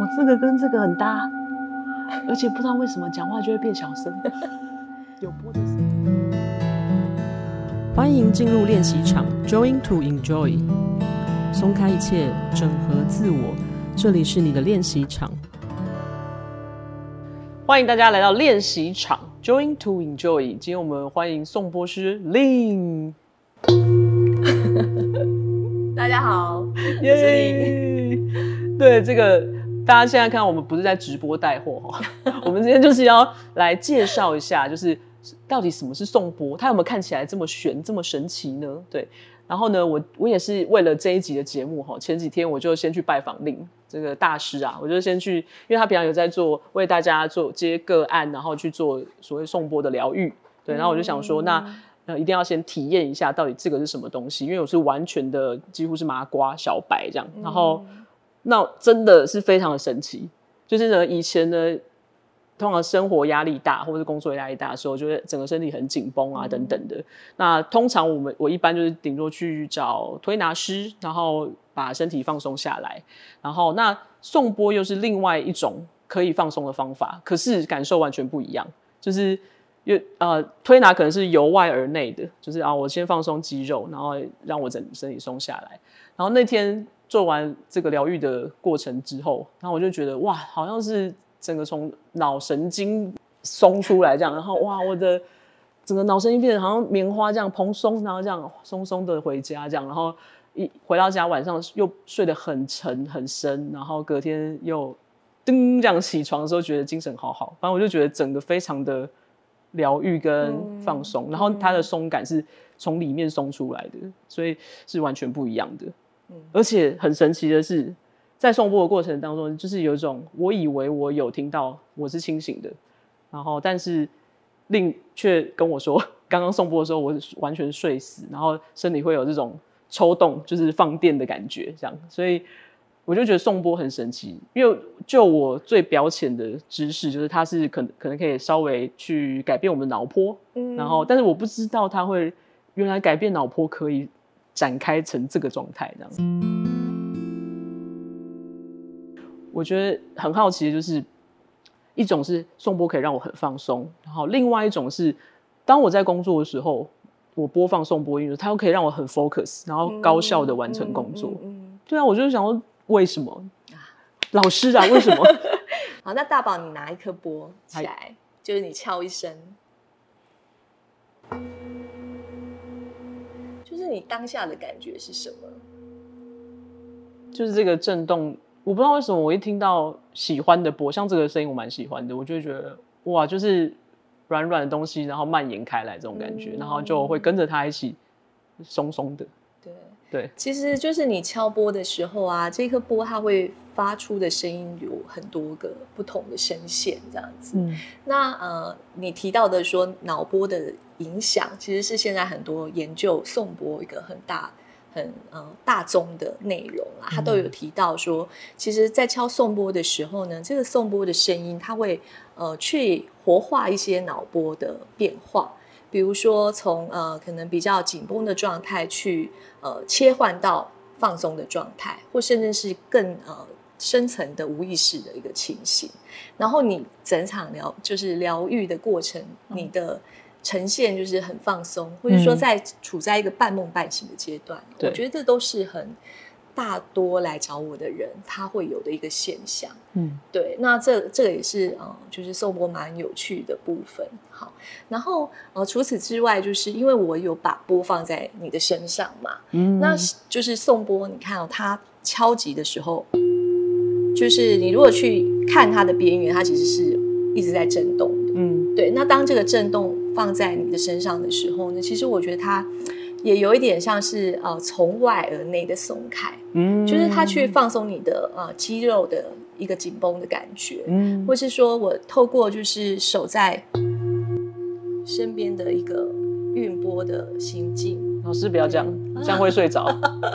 这个跟这个很搭，而且不知道为什么讲话就会变小声，有播的声音。欢迎进入练习场 ，Join to Enjoy， 松开一切，整合自我，这里是你的练习场。欢迎大家来到练习场 ，Join to Enjoy。今天我们欢迎颂钵师 Lin。 大家好，我是 Lin。 对，这个大家现在看到我们不是在直播带货我们今天就是要来介绍一下，就是到底什么是颂钵，它有没有看起来这么玄、这么神奇呢？对，然后呢，我也是为了这一集的节目前几天我就先去拜访Lin这个大师啊，我就先去，因为他平常有在为大家接个案，然后去做所谓颂钵的疗愈，对，然后我就想说那一定要先体验一下到底这个是什么东西，因为我是完全的几乎是麻瓜小白这样，然后那真的是非常的神奇，就是呢以前呢通常生活压力大或者是工作压力大的时候，就会整个身体很紧绷啊等等的，那通常我一般就是顶多去找推拿师，然后把身体放松下来，然后那颂钵又是另外一种可以放松的方法，可是感受完全不一样，就是推拿可能是由外而内的，就是我先放松肌肉，然后让我整身体松下来。然后那天做完这个疗愈的过程之后，然后我就觉得哇，好像是整个从脑神经松出来这样，然后哇，我的整个脑神经变得好像棉花这样蓬松，然后这样松松的回家这样，然后一回到家晚上又睡得很沉很深，然后隔天又噔这样起床的时候觉得精神好好，反正我就觉得整个非常的疗愈跟放松，然后它的松感是从里面松出来的，所以是完全不一样的。而且很神奇的是，在颂钵的过程当中，就是有一种我以为我有听到我是清醒的，然后但是Lin却跟我说，刚刚颂钵的时候我完全睡死，然后身体会有这种抽动，就是放电的感觉，这样，所以我就觉得颂钵很神奇，因为就我最表浅的知识，就是它是可能可以稍微去改变我们的脑波，然后但是我不知道它会原来改变脑波可以展开成这个状态，这样。我觉得很好奇的就是一种是颂钵可以让我很放松，然后另外一种是当我在工作的时候，我播放颂钵音乐，它又可以让我很 focus， 然后高效的完成工作。对啊，我就想说为什么？老师啊，为什么？ 好，那大宝你拿一颗钵起来，就是你敲一声，就是你当下的感觉是什么？ 就是这个震动，我不知道为什么我一听到喜欢的钵，像这个声音我蛮喜欢的，我就会觉得哇，就是软软的东西，然后蔓延开来这种感觉，然后就会跟着它一起松松的。对， 其实就是你敲钵的时候啊，这颗钵它会发出的声音有很多个不同的声线，这样子。那你提到的说脑波的影响，其实是现在很多研究颂钵一个很大宗的内容啦，他都有提到说，其实在敲颂钵的时候呢，这个颂钵的声音它会去活化一些脑波的变化，比如说从可能比较紧绷的状态去切换到放松的状态，或甚至是更深层的无意识的一个情形，然后你整场就是疗愈的过程，你的呈现就是很放松，或者说处在一个半梦半醒的阶段，我觉得这都是很大多来找我的人他会有的一个现象。对，那这个也是就是颂钵蛮有趣的部分。好，然后除此之外，就是因为我有把钵放在你的身上嘛，那就是颂钵，你看它敲击的时候，就是你如果去看它的边缘，它其实是一直在震动的。对，那当这个震动放在你的身上的时候呢，其实我觉得它也有一点像是从外而内的松开，就是它去放松你的肌肉的一个紧绷的感觉，或是说我透过就是手在身边的一个运波的心境。 老师不要这样，这样会睡着。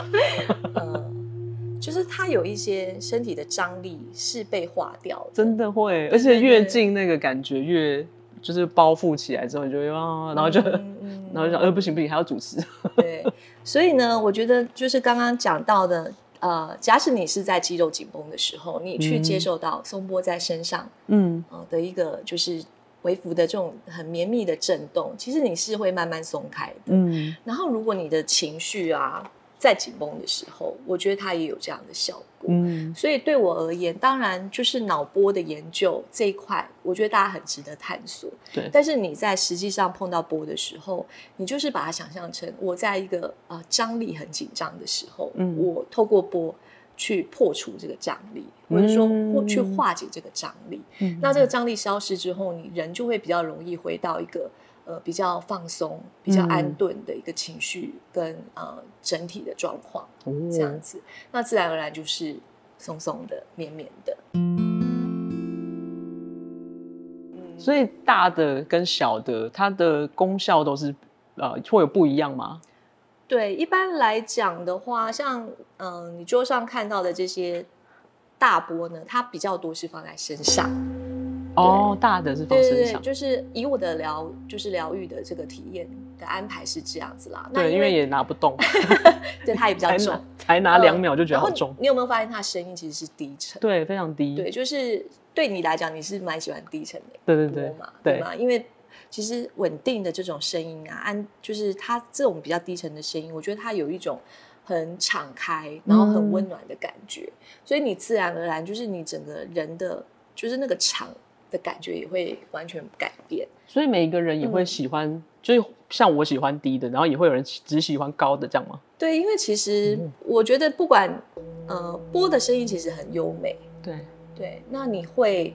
就是它有一些身体的张力是被化掉的， 真的会，而且越近那个感觉越就是包覆起来之后，你就会然后就想不行，还要主持。 对，所以呢，我觉得就是刚刚讲到的假使你是在肌肉紧绷的时候，你去接受到松波在身上，的一个就是微幅的这种很绵密的震动，其实你是会慢慢松开的。然后如果你的情绪啊在紧绷的时候，我觉得它也有这样的效果。所以对我而言，当然就是脑波的研究这一块，我觉得大家很值得探索。 对， 但是你在实际上碰到波的时候，你就是把它想象成我在一个张力很紧张的时候，我透过波去破除这个张力，或者说去化解这个张力。那这个张力消失之后，你人就会比较容易回到一个比较放松、比较安顿的一个情绪跟整体的状况，这样子，那自然而然就是松松的、绵绵的。 所以大的跟小的，它的功效都是会有不一样吗？ 对，一般来讲的话，像你桌上看到的这些大波呢，它比较多是放在身上。 大的是放身上， 对，就是以我的疗愈的这个体验的安排是这样子啦。 对，因为也拿不动， 对，它也比较重， 才拿2秒就觉得好重。 你有没有发现它声音其实是低沉？ 对，非常低。 对，就是对你来讲，你是蛮喜欢低沉的波嘛，对吗？因为其实稳定的这种声音啊，就是它这种比较低沉的声音，我觉得它有一种很敞开，然后很温暖的感觉，所以你自然而然就是你整个人的就是那个场的感觉也会完全改变。 所以每一个人也会喜欢，就是像我喜欢低的，然后也会有人只喜欢高的，这样吗？ 对，因为其实我觉得不管波的声音其实很优美，对，那你会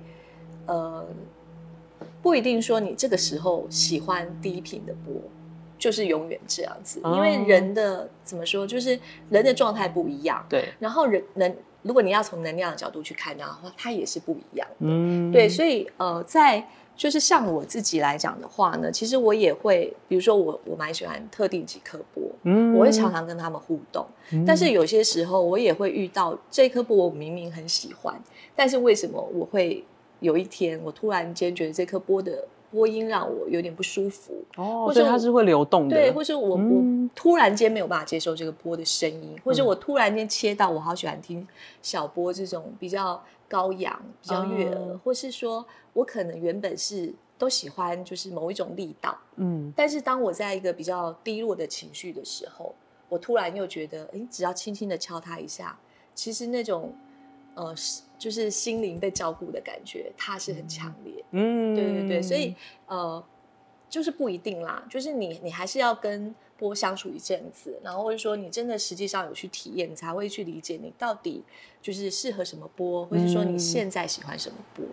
不一定说你这个时候喜欢低频的波就是永远这样子，因为人的怎么说，就是人的状态不一样， 对， 然后如果你要从能量的角度去看的话，它也是不一样的，对，所以在就是像我自己来讲的话呢，其实我也会，比如说我蛮喜欢特定几颗波，我会常常跟他们互动，但是有些时候我也会遇到这颗波我明明很喜欢，但是为什么我会有一天我突然间觉得这颗波的波音让我有点不舒服， 或者它是会流动的， 对，或是我突然间没有办法接受这个波的声音，或者我突然间切到我好喜欢听小波这种比较高扬、比较悦耳，或是说我可能原本是都喜欢就是某一种力道，但是当我在一个比较低落的情绪的时候，我突然又觉得，只要轻轻的敲它一下，其实那种就是心灵被照顾的感觉，它是很强烈。对，所以就是不一定啦，就是你还是要跟波相处一阵子，然后或者说你真的实际上有去体验，你才会去理解你到底就是适合什么波，或者说你现在喜欢什么波。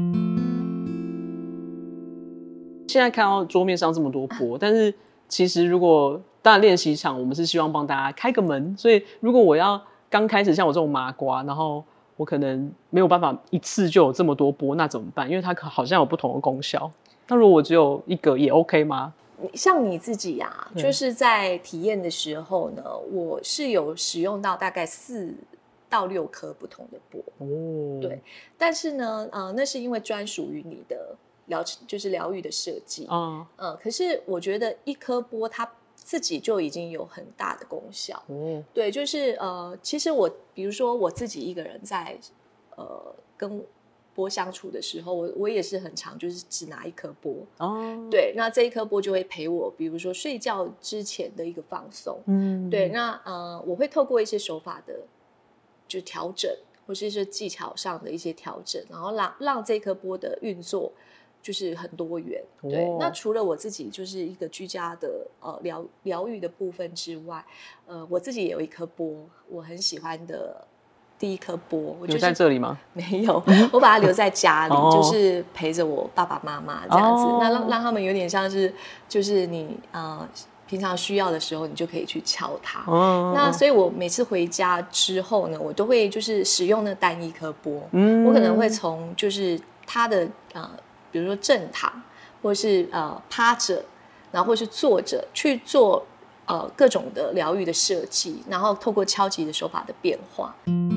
现在看到桌面上这么多波，但是其实如果当然练习场我们是希望帮大家开个门，所以如果我要刚开始像我这种麻瓜，然后我可能没有办法一次就有这么多波，那怎么办？因为它好像有不同的功效。那如果我只有一个也 OK 吗？ 像你自己啊，就是在体验的时候呢，我是有使用到大概4到6颗不同的波。对，但是呢，那是因为专属于你的就是疗愈的设计。可是我觉得一颗波它自己就已经有很大的功效。对，就是其实比如说我自己一个人在跟波相处的时候，我也是很常就是只拿一颗波。对，那这一颗波就会陪我，比如说睡觉之前的一个放松。对，那我会透过一些手法的就调整，或是一些技巧上的一些调整，然后让这颗波的运作就是很多元。对，那除了我自己就是一个居家的疗愈的部分之外，我自己也有一颗波，我很喜欢的第一颗波。 留在这里吗？ 没有，我把它留在家里，就是陪着我爸爸妈妈这样子。那让他们有点像是，就是你平常需要的时候，你就可以去敲它。那所以我每次回家之后呢，我都会就是使用那单一颗波。我可能会从就是它的比如说正躺，或是趴着，然后或是坐着去做各种的疗愈的设计，然后透过敲击的手法的变化。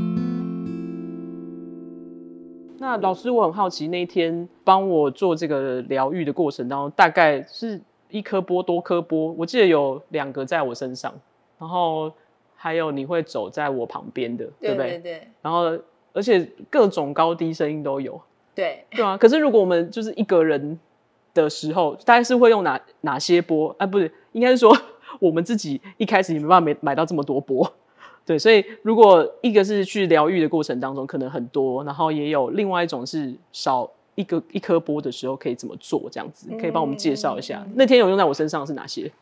那老师，我很好奇，那一天帮我做这个疗愈的过程当中，大概是1颗波多颗波，我记得有2个在我身上，然后还有你会走在我旁边的，对不对？ 对。 然后而且各种高低声音都有， 对啊。可是如果我们就是一个人的时候，大概是会用哪些波？不是，应该是说我们自己一开始也没办法买到这么多波。对，所以如果一个是去疗愈的过程当中可能很多，然后也有另外一种是少一颗波的时候可以怎么做，这样子可以帮我们介绍一下。那天有用在我身上是哪些？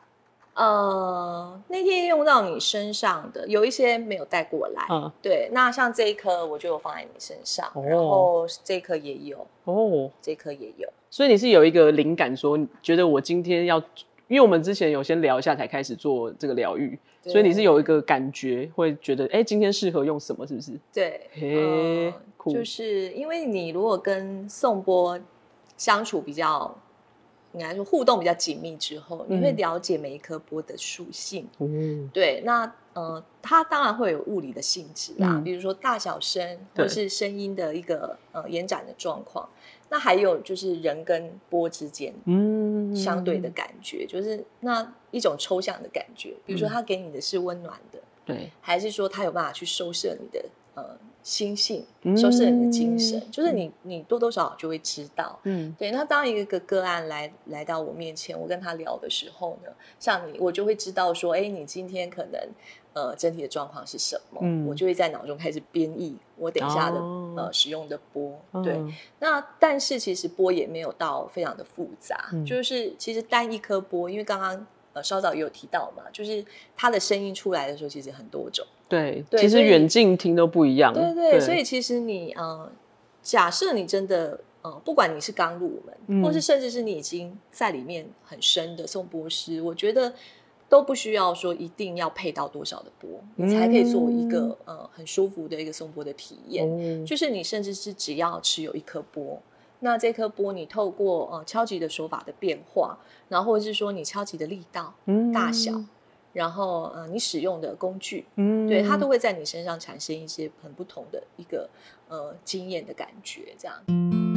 那天用到你身上的有一些没有带过来，对，那像这一颗我就有放在你身上，然后这一颗也有，这一颗也有， 所以你是有一个灵感说，觉得我今天要，因为我们之前有先聊一下才开始做这个疗愈，所以你是有一个感觉，会觉得今天适合用什么，是不是？ 对，就是因为你如果跟颂钵相处比较，应该说互动比较紧密之后，你会了解每一颗钵的属性。对，那它当然会有物理的性质啦，比如说大小声或者是声音的一个延展的状况。那还有就是人跟钵之间相对的感觉，就是那一种抽象的感觉。比如说它给你的是温暖的， 对， 还是说它有办法去收摄你的心性，收摄你的精神，就是你多多少少就会知道。对。那当一个个案来到我面前，我跟他聊的时候呢，像你，我就会知道说，你今天可能整体的状况是什么，我就会在脑中开始编译我等一下的使用的钵。对。那但是其实钵也没有到非常的复杂，就是其实单一颗钵，因为刚刚稍早也有提到嘛，就是它的声音出来的时候其实很多种。对， 其实远近听都不一样。 对，所以其实你假设你真的不管你是刚入门，或是甚至是你已经在里面很深的颂钵师，我觉得都不需要说一定要配到多少的钵，你才可以做一个很舒服的一个颂钵的体验。就是你甚至是只要持有一颗钵，那这颗钵你透过敲击的手法的变化，然后或者是说你敲击的力道、大小，然后你使用的工具，对，它都会在你身上产生一些很不同的一个经验的感觉，这样。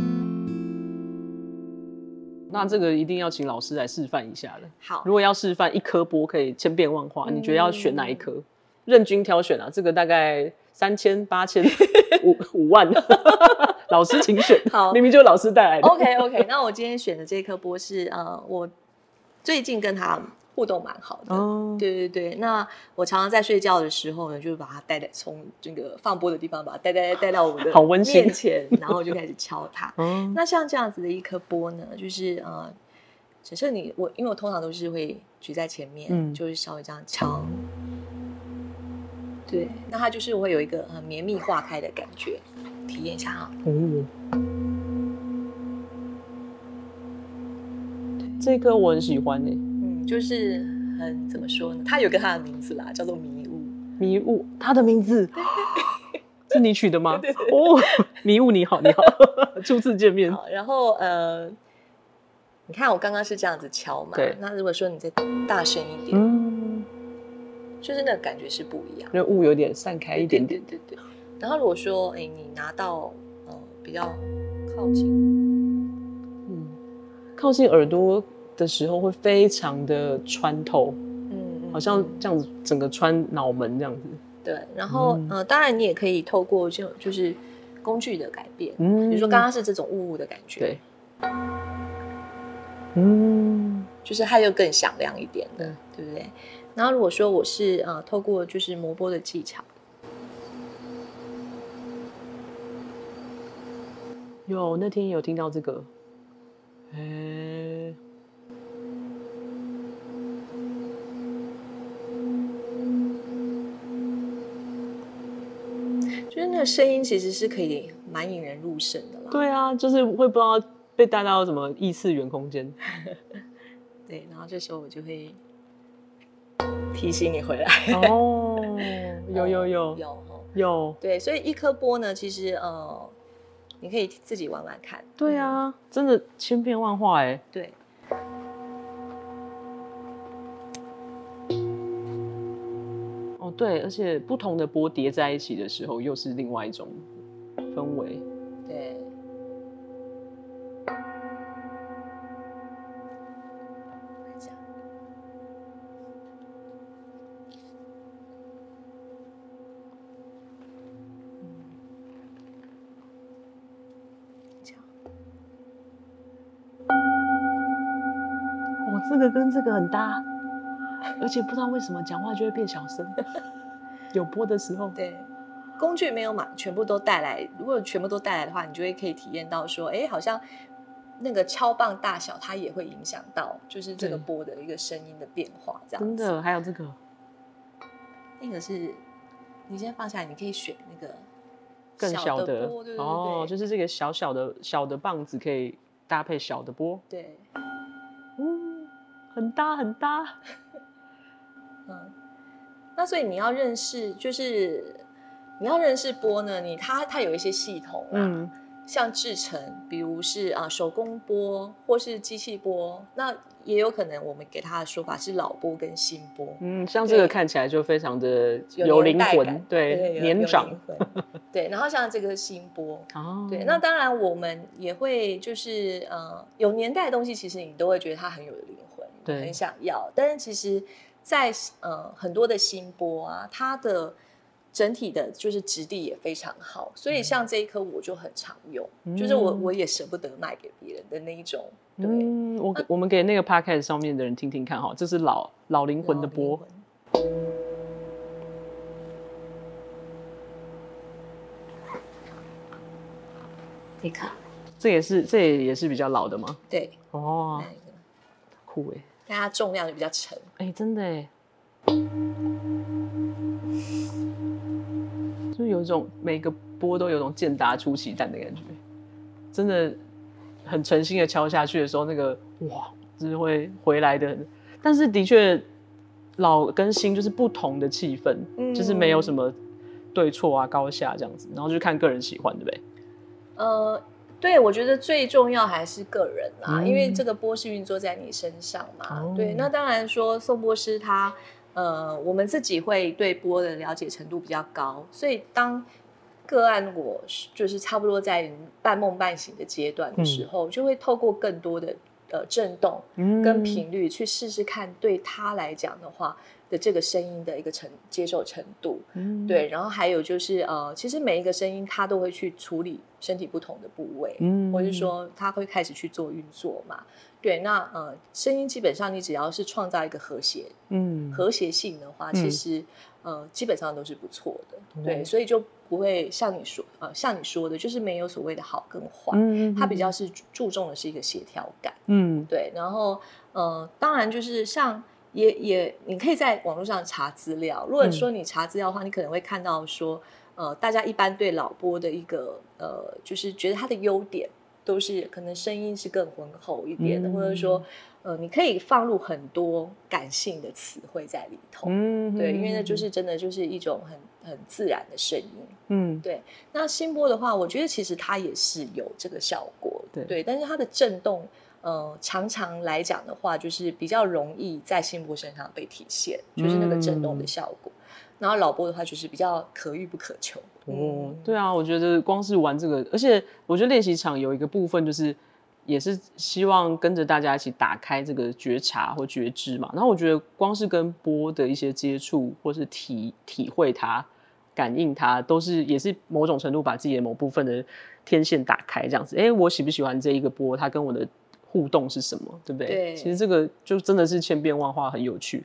那这个一定要请老师来示范一下了。 好， 如果要示范一颗钵可以千变万化，你觉得要选哪一颗？任君挑选啊，这个大概3000、8000、5万，老师请选。好，明明就是老师带来的。 OK， 那我今天选的这颗钵是我最近跟他互动蛮好的。对，那我常常在睡觉的时候呢，就把它从这个放钵的地方把它带到我的面前，然后就开始敲它。那像这样子的一颗钵呢，就是只是因为我通常都是会举在前面，就是稍微这样敲。对，那它就是会有一个很绵密化开的感觉，体验一下哈。 这颗我很喜欢就是怎么说呢？它有个它的名字啦，叫做迷雾。 迷雾，它的名字是你取的吗？ 对， 迷雾你好，初次见面。 然后你看我刚刚是这样子敲嘛，对。那如果说你再大声一点，就是那个感觉是不一样， 因为雾有点散开一点点。 对。然后如果说你拿到比较靠近， 靠近耳朵的时候会非常的穿透，好像这样子整个穿脑门这样子。 对，然后当然你也可以透过就是工具的改变，比如说刚刚是这种雾的感觉， 对， 就是它又更响亮一点的，对不对？然后如果说我是透过就是磨钵的技巧， 那天有听到这个， 就是那个声音其实是可以蛮引人入胜的啦。 对啊，就是会不知道被带到什么异次元空间。 对，然后这时候我就会提醒你回来。 有。 对，所以一颗钵呢，其实你可以自己玩玩看。 对啊，真的千变万化哎。 对。 对，而且不同的钵叠在一起的时候，又是另外一种氛围。 对。 这个跟这个很搭，而且不知道为什么讲话就会变小声，有播的时候。 对，工具没有全部都带来，如果全部都带来的话，你就会可以体验到说，哎，好像那个敲棒大小，它也会影响到，就是这个波的一个声音的变化，这样子。 真的，还有这个， 那个是你先放下来，你可以选那个更小的波，对对对， 哦，就是这个小的棒子可以搭配小的波， 对， 很搭很搭。 那所以你要认识，就是你要认识波呢，它有一些系统啦，像制成，比如是手工波或是机器波，那也有可能我们给它的说法是老波跟新波。 像这个看起来就非常的有灵魂，对，年长。 对，然后像这个新波，对，那当然我们也会就是有年代的东西，其实你都会觉得它很有灵魂，对，很想要，但是其实在很多的新波啊，它的整体的就是质地也非常好，所以像这一颗我就很常用，就是我也舍不得卖给别人的那一种。对， 我们给那个 podcast 上面的人听听看哈，这是老灵魂的波。 你看， 这也是比较老的吗？ 对， 哦，酷哎， 但它重量就比较沉。 哎，真的哎。就有一种每个波都有一种健达出奇蛋的感觉，真的很诚心的敲下去的时候，那个哇，就是会回来的。但是的确，老跟新就是不同的气氛，就是没有什么对错啊、高下这样子，然后就看个人喜欢，对不对？ 对，我觉得最重要还是个人啦，因为这个波是运作在你身上嘛。对，那当然说颂钵师他。我们自己会对波的了解程度比较高，所以当个案我就是差不多在半梦半醒的阶段的时候，就会透过更多的震动跟频率去试试看，对他来讲的话的这个声音的一个接受程度。对，然后还有就是其实每一个声音他都会去处理身体不同的部位，或是说他会开始去做运作嘛。对，那声音基本上你只要是创造一个和谐性的话，其实基本上都是不错的。对，所以就不会像你说的，就是没有所谓的好跟坏，它比较是注重的是一个协调感。对，然后当然就是像你可以在网络上查资料。如果说你查资料的话，你可能会看到说，大家一般对老波的一个就是觉得它的优点。都是可能声音是更浑厚一点的，或者说，你可以放入很多感性的词汇在里头，对，因为那就是真的就是一种很自然的声音，对。那新波的话，我觉得其实它也是有这个效果，对，但是它的震动，常常来讲的话，就是比较容易在新波身上被体现，就是那个震动的效果。然后老波的话就是比较可遇不可求。 对啊，我觉得光是玩这个，而且我觉得练习场有一个部分就是也是希望跟着大家一起打开这个觉察或觉知嘛。然后我觉得光是跟波的一些接触，或是体会它、感应它，都是也是某种程度把自己的某部分的天线打开，这样子。我喜不喜欢这一个波？它跟我的互动是什么？对不对？ 对， 其实这个就真的是千变万化，很有趣。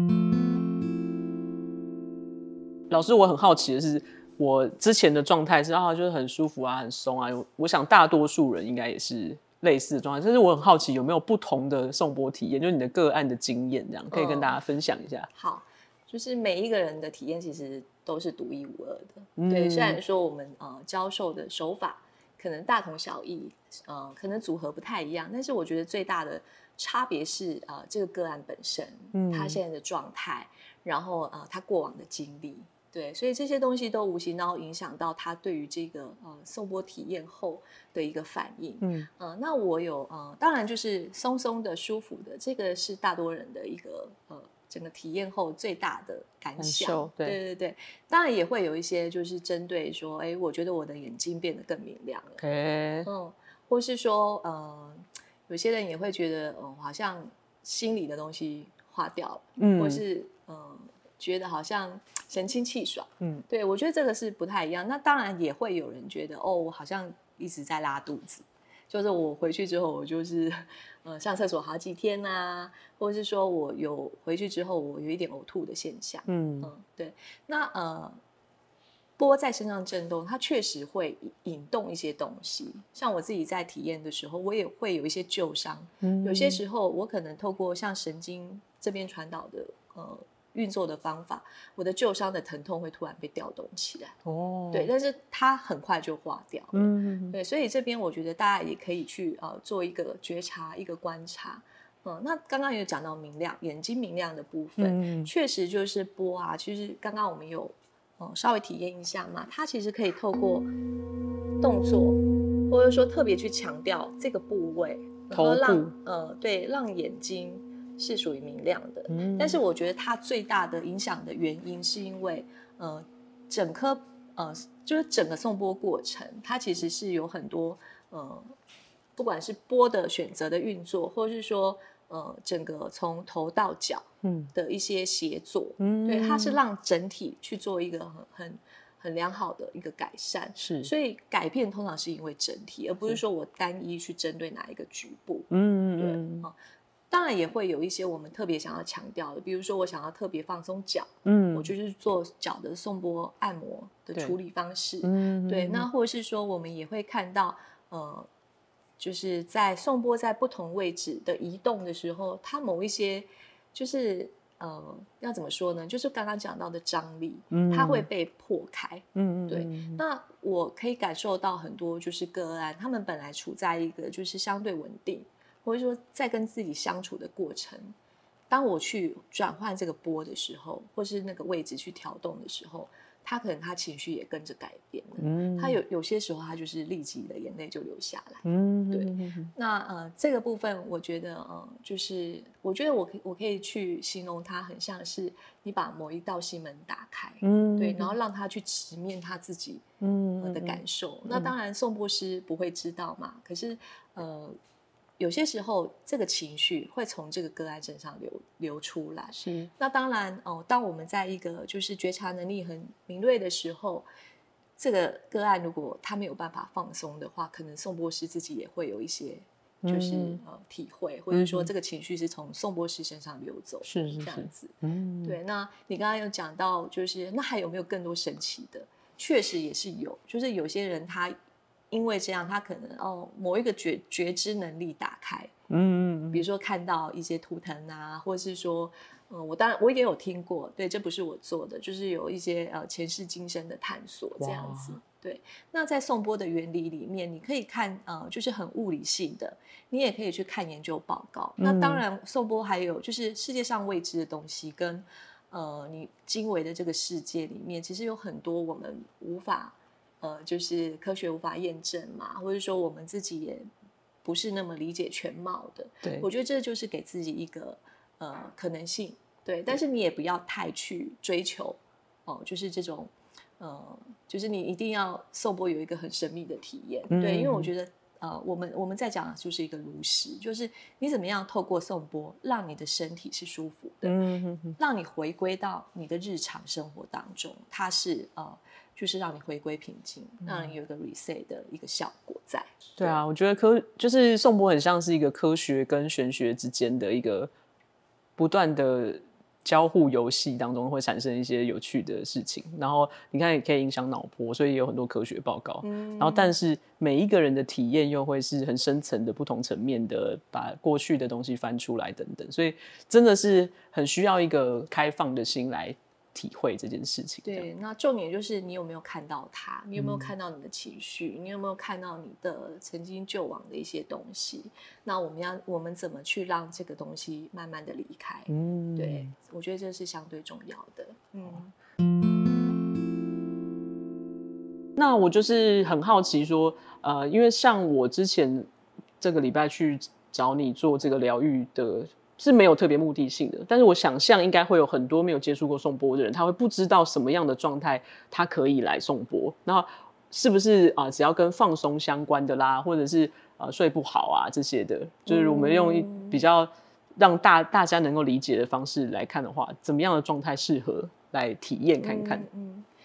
老师，我很好奇的是，我之前的状态是就是很舒服啊，很松啊。我想大多数人应该也是类似的状态，但是我很好奇有没有不同的颂钵体验，就是你的个案的经验，这样可以跟大家分享一下。 好，就是每一个人的体验其实都是独一无二的。对，虽然说我们教授的手法可能大同小异，可能组合不太一样，但是我觉得最大的差别是这个个案本身，他现在的状态，然后他过往的经历。对，所以这些东西都无形然后影响到他对于这个颂钵体验后的一个反应。那我有当然就是松松的、舒服的，这个是大多人的一个整个体验后最大的感想。对，当然也会有一些就是针对说，我觉得我的眼睛变得更明亮了。或是说有些人也会觉得好像心里的东西化掉了，或是觉得好像神清气爽。对，我觉得这个是不太一样。那当然也会有人觉得我好像一直在拉肚子， 就是我回去之后，我就是上厕所好几天啊，或者是说我有回去之后，我有一点呕吐的现象。对。那波在身上震动，它确实会引动一些东西。像我自己在体验的时候，我也会有一些旧伤。有些时候我可能透过像神经这边传导的运作的方法，我的旧伤的疼痛会突然被调动起来。对，但是它很快就化掉了。对，所以这边我觉得大家也可以去做一个觉察，一个观察。那刚刚有讲到明亮，眼睛明亮的部分，确实就是波啊。其实刚刚我们有稍微体验一下嘛，它其实可以透过动作，或者说特别去强调这个部位，然后让眼睛是属于明亮的。但是我觉得它最大的影响的原因是因为就是整个送波过程，它其实是有很多不管是波的选择的运作，或者是说整个从头到脚的一些协作，对，它是让整体去做一个很良好的一个改善。 是， 所以改变通常是因为整体，而不是说我单一去针对哪一个局部。对。当然也会有一些我们特别想要强调的，比如说我想要特别放松脚，我就是做脚的颂钵按摩的处理方式。对，那或者是说我们也会看到就是在颂钵在不同位置的移动的时候，它某一些就是要怎么说呢，就是刚刚讲到的张力，它会被破开。对，那我可以感受到很多就是个案，他们本来处在一个就是相对稳定，或者说在跟自己相处的过程，当我去转换这个波的时候，或是那个位置去调动的时候，他可能他情绪也跟着改变了。他有些时候他就是立即的眼泪就流下来。对。那这个部分我觉得就是我觉得我可以去形容它很像是你把某一道心门打开，对，然后让他去直面他自己的感受。那当然颂钵师不会知道嘛，可是有些时候这个情绪会从这个个案身上流出来。 是。 那当然当我们在一个就是觉察能力很敏锐的时候，这个个案如果他没有办法放松的话，可能颂钵师自己也会有一些就是体会，或者说这个情绪是从颂钵师身上流走， 是这样子。对。那你刚刚有讲到就是那还有没有更多神奇的？确实也是有，就是有些人他因为这样，他可能某一个觉知能力打开，比如说看到一些图腾啊，或者是说，我也有听过，对，这不是我做的，就是有一些前世今生的探索这样子。对。那在颂钵的原理里面，你可以看就是很物理性的，你也可以去看研究报告。那当然，颂钵还有就是世界上未知的东西，跟你经纬的这个世界里面，其实有很多我们无法。就是科学无法验证嘛，或者说我们自己也不是那么理解全貌的。 对， 我觉得这就是给自己一个可能性。对，但是你也不要太去追求就是这种就是你一定要颂钵有一个很神秘的体验。对，因为我觉得我们在讲的就是一个如实，就是你怎么样透过颂钵让你的身体是舒服的，让你回归到你的日常生活当中，它是就是让你回归平静，让你有一个 reset 的一个效果在。 对啊，我觉得就是颂钵很像是一个科学跟玄学之间的一个不断的交互游戏当中会产生一些有趣的事情，然后你看也可以影响脑波，所以有很多科学报告。然后但是每一个人的体验又会是很深层的不同层面的，把过去的东西翻出来等等，所以真的是很需要一个开放的心来体会这件事情。 对，那重点就是你有没有看到它，你有没有看到你的情绪，你有没有看到你的曾经旧往的一些东西，那我们怎么去让这个东西慢慢的离开。对，我觉得这是相对重要的。 那我就是很好奇说因为像我之前这个礼拜去找你做这个疗愈的是没有特别目的性的，但是我想象应该会有很多没有接触过颂钵的人，他会不知道什么样的状态他可以来颂钵，然后是不是只要跟放松相关的啦，或者是睡不好啊这些的，就是我们用比较让大家能够理解的方式来看的话，怎么样的状态适合来体验看看？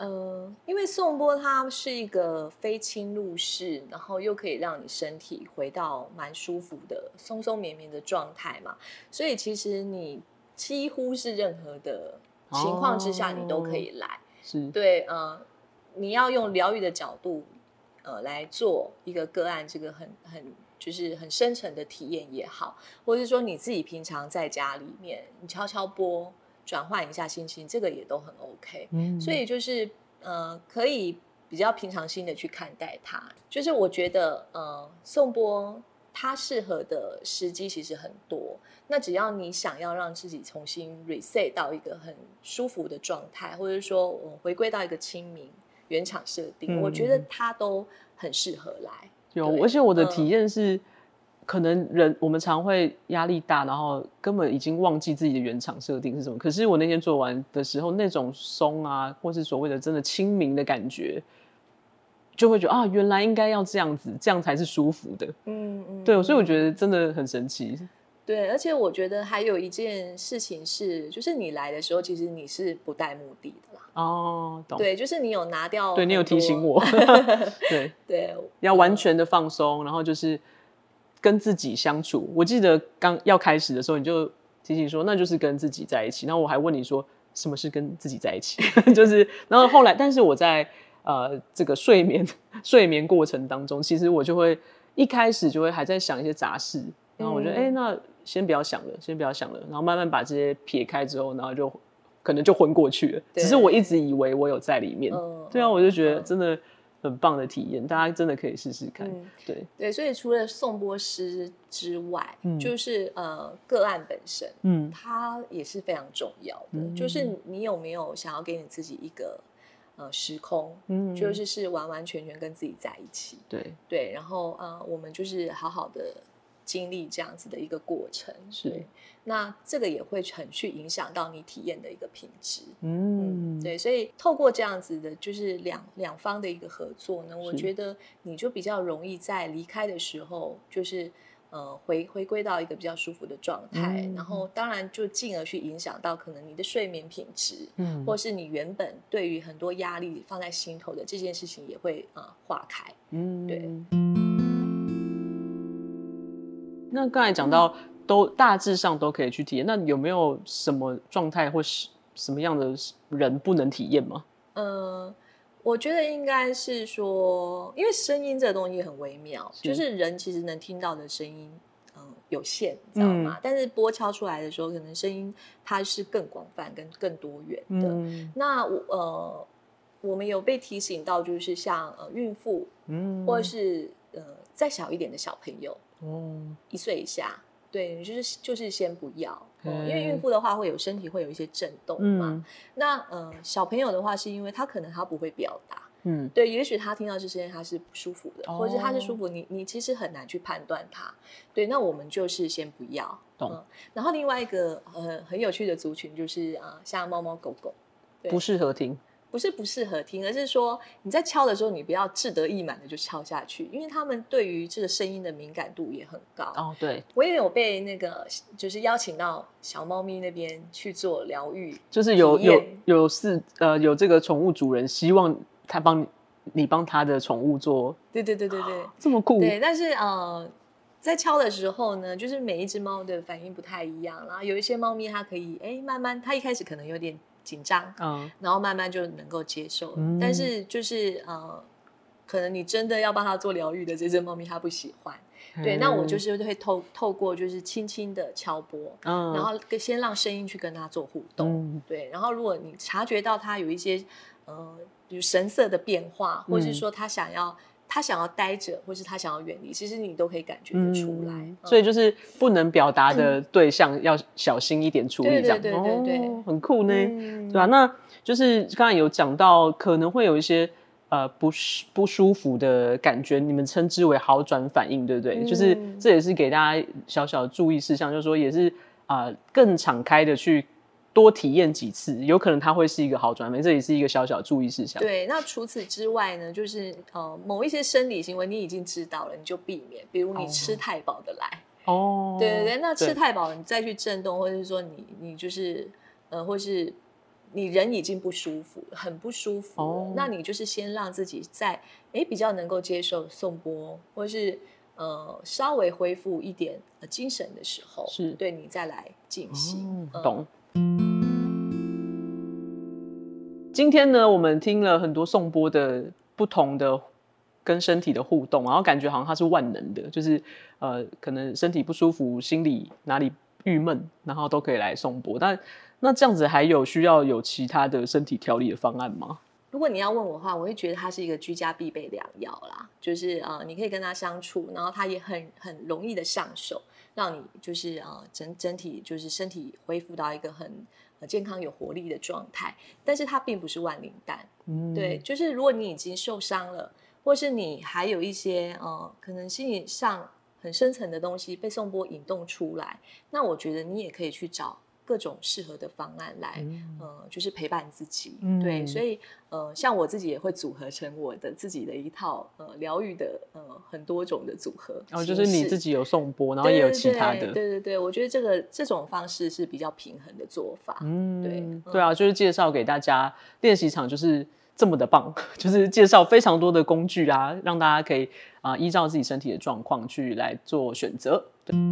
因为颂钵它是一个非侵入式，然后又可以让你身体回到蛮舒服的松松绵绵的状态嘛，所以其实你几乎是任何的情况之下你都可以来。 是对，你要用疗愈的角度来做一个个案，这个就是很深层的体验也好，或者是说你自己平常在家里面你敲敲钵转换一下心情，这个也都很 OK。所以就是可以比较平常心的去看待它。就是我觉得颂钵它适合的时机其实很多，那只要你想要让自己重新 reset 到一个很舒服的状态，或者说我回归到一个清明原厂设定，我觉得它都很适合来。 有，而且我的体验是，可能我们常会压力大，然后根本已经忘记自己的原厂设定是什么。可是我那天做完的时候，那种松啊，或是所谓的真的清明的感觉，就会觉得原来应该要这样子，这样才是舒服的。对，所以我觉得真的很神奇。 对，而且我觉得还有一件事情是，就是你来的时候，其实你是不带目的的啦。 懂。 对，就是你有拿掉， 对，你有提醒我。对，要完全的放松，然后就是跟自己相处。我记得刚要开始的时候，你就提醒说，那就是跟自己在一起。然后我还问你说，什么是跟自己在一起？然后后来，但是我在这个睡眠过程当中，其实我就会一开始就会还在想一些杂事，然后我觉得那先不要想了，然后慢慢把这些撇开之后，然后就可能就昏过去了。只是我一直以为我有在里面。对啊，我就觉得真的很棒的体验，大家真的可以试试看。 对，所以除了颂钵师之外，就是个案本身，它也是非常重要的。就是你有没有想要给你自己一个时空，就是完完全全跟自己在一起。对，然后我们就是好好的经历这样子的一个过程。对，那这个也会很去影响到你体验的一个品质。对，所以透过这样子的就是两方的一个合作呢，我觉得你就比较容易在离开的时候就是回归到一个比较舒服的状态，然后当然就进而去影响到可能你的睡眠品质，或是你原本对于很多压力放在心头的这件事情也会化开。对。 那刚才讲到都大致上都可以去体验，那有没有什么状态或是什么样的人不能体验吗？ 我觉得应该是说，因为声音这个东西很微妙，就是人其实能听到的声音有限，你知道吗？但是钵敲出来的时候，可能声音它是更广泛跟更多元的。那我们有被提醒到，就是像孕妇，或者是再小一点的小朋友，1岁以下，对，就是先不要。因为孕妇的话会有身体会有一些震动嘛，那小朋友的话是因为他可能他不会表达，对，也许他听到这声音他是不舒服的，或者是他是舒服，你其实很难去判断他，对，那我们就是先不要。然后另外一个很有趣的族群就是像猫猫狗狗， 不适合听。 不是不适合听，而是说你在敲的时候，你不要志得意满的就敲下去，因为他们对于这个声音的敏感度也很高。 对， 我也有被就是邀请到小猫咪那边去做疗愈， 就是有这个宠物主人希望你帮他的宠物做， 对， 这么酷。 对，但是在敲的时候呢，就是每一只猫的反应不太一样，然后有一些猫咪它可以慢慢，它一开始可能有点紧张，然后慢慢就能够接受，但是就是可能你真的要帮他做疗愈的这只猫咪它不喜欢，对，那我就是会透过就是轻轻的敲钵，然后先让声音去跟它做互动，对，然后如果你察觉到它有一些比如神色的变化，或是说他想要待着，或是他想要远离，其实你都可以感觉得出来。 所以就是不能表达的对象要小心一点处理，这样对， 很酷呢，对吧？那就是刚才有讲到可能会有一些不舒服的感觉，你们称之为好转反应，对不对？就是这也是给大家小小的注意事项，就是说也是更敞开的去多体验几次，有可能它会是一个好转反应，这也是一个小小的注意事项。 对，那除此之外呢，就是某一些生理行为你已经知道了，你就避免，比如你吃太饱的来。对，那吃太饱你再去震动，或者是说你就是或是你人已经不舒服，很不舒服了，那你就是先让自己在比较能够接受颂钵，或是稍微恢复一点精神的时候， 是对你再来进行。 懂。今天呢，我们听了很多颂钵的不同的跟身体的互动，然后感觉好像它是万能的，就是可能身体不舒服，心里哪里郁闷，然后都可以来颂钵。但那这样子还有需要有其他的身体调理的方案吗？ 如果你要问我的话，我会觉得它是一个居家必备良药啦，就是你可以跟它相处，然后它也很容易的上手，让你就是整体就是身体恢复到一个很健康有活力的状态。但是它并不是万灵丹，对，就是如果你已经受伤了，或是你还有一些可能心理上很深层的东西被颂钵引动出来，那我觉得你也可以去找各种适合的方案来，就是陪伴自己。对，所以像我自己也会组合成我的自己的一套疗愈的很多种的组合。 就是你自己有颂钵，然后也有其他的。 对，我觉得这种方式是比较平衡的做法。对啊， 就是介绍给大家练习场就是这么的棒，就是介绍非常多的工具啊，让大家可以依照自己身体的状况去来做选择。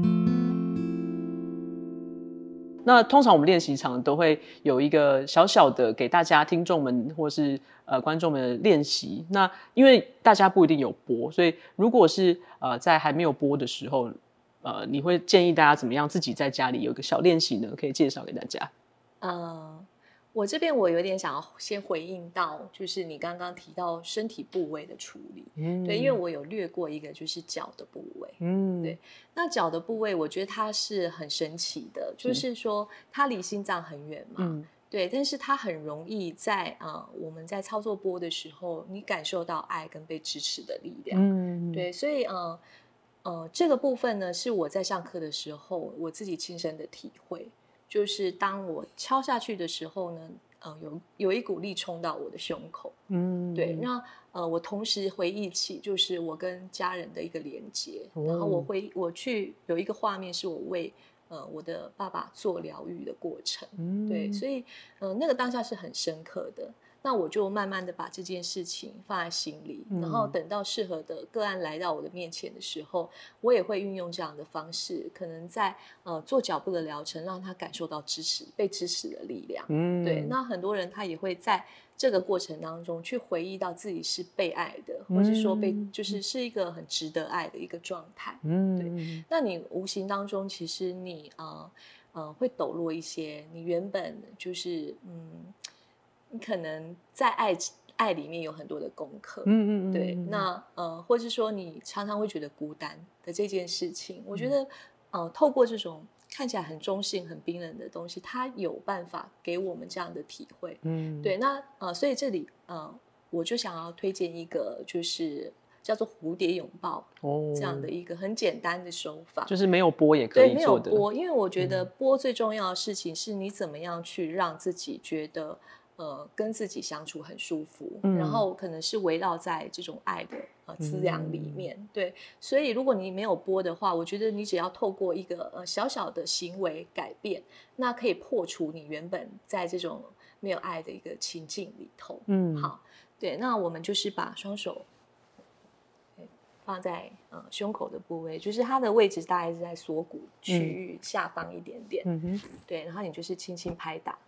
那通常我们练习场都会有一个小小的给大家听众们或是观众们的练习。那因为大家不一定有播，所以如果是在还没有播的时候，你会建议大家怎么样自己在家里有一个小练习呢？可以介绍给大家。 我这边我有点想要先回应到，就是你刚刚提到身体部位的处理。对，因为我有略过一个就是脚的部位。对，那脚的部位我觉得它是很神奇的，就是说它离心脏很远嘛。对，但是它很容易在我们在操作钵的时候，你感受到爱跟被支持的力量。对，所以这个部分呢，是我在上课的时候我自己亲身的体会。就是当我敲下去的时候呢，有一股力冲到我的胸口。对，那我同时回忆起就是我跟家人的一个连接。然后我去有一个画面是我为我的爸爸做疗愈的过程。对，所以那个当下是很深刻的。那我就慢慢的把这件事情放在心里，然后等到适合的个案来到我的面前的时候，我也会运用这样的方式，可能在做脚部的疗程，让他感受到被支持的力量。对，那很多人他也会在这个过程当中去回忆到自己是被爱的，或是说是一个很值得爱的一个状态。对，那你无形当中其实你会抖落一些你原本就是你可能在爱里面有很多的功课。对，那或是说你常常会觉得孤单的这件事情，我觉得透过这种看起来很中性很冰冷的东西，它有办法给我们这样的体会。对，那所以这里我就想要推荐一个就是叫做蝴蝶拥抱这样的一个很简单的手法。 就是没有钵也可以做的。 对，没有钵，因为我觉得钵最重要的事情是你怎么样去让自己觉得跟自己相处很舒服。然后可能是围绕在这种爱的滋养里面。对，所以如果你没有钵的话，我觉得你只要透过一个小小的行为改变，那可以破除你原本在这种没有爱的一个情境里头。好，对，那我们就是把双手放在胸口的部位，就是它的位置大概是在锁骨区域下方一点点。对，然后你就是轻轻拍打。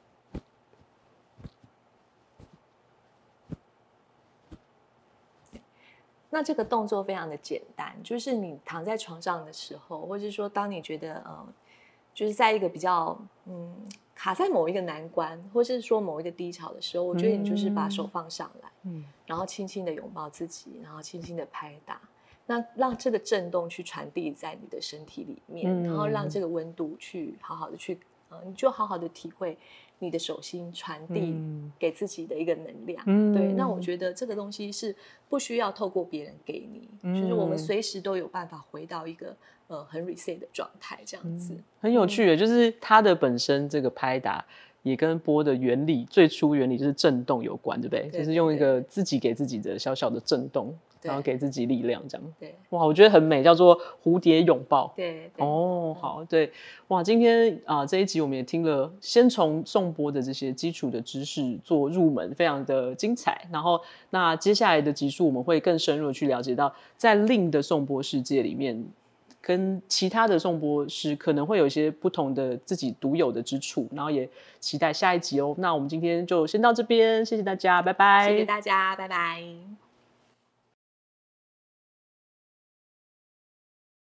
那这个动作非常的简单，就是你躺在床上的时候，或者说当你觉得就是在一个比较卡在某一个难关，或是说某一个低潮的时候，我觉得你就是把手放上来，然后轻轻的拥抱自己，然后轻轻的拍打，那让这个震动去传递在你的身体里面，然后让这个温度去好好的去你就好好的体会你的手心传递给自己的一个能量。对，那我觉得这个东西是不需要透过别人给你，就是我们随时都有办法回到一个很 reset 的状态，这样子。 很有趣的，就是它的本身这个拍打也跟钵的原理最初原理就是震动有关，对不对？就是用一个自己给自己的小小的震动， 然后给自己力量这样。 对， 哇，我觉得很美，叫做蝴蝶拥抱。 对， 哦，好，对，哇，今天这一集我们也听了，先从颂钵的这些基础的知识做入门，非常的精彩。然后那接下来的集数我们会更深入的去了解到，在令的颂钵世界里面，跟其他的颂钵师可能会有一些不同的自己独有的之处，然后也期待下一集哦。那我们今天就先到这边，谢谢大家，拜拜。 谢谢大家，拜拜。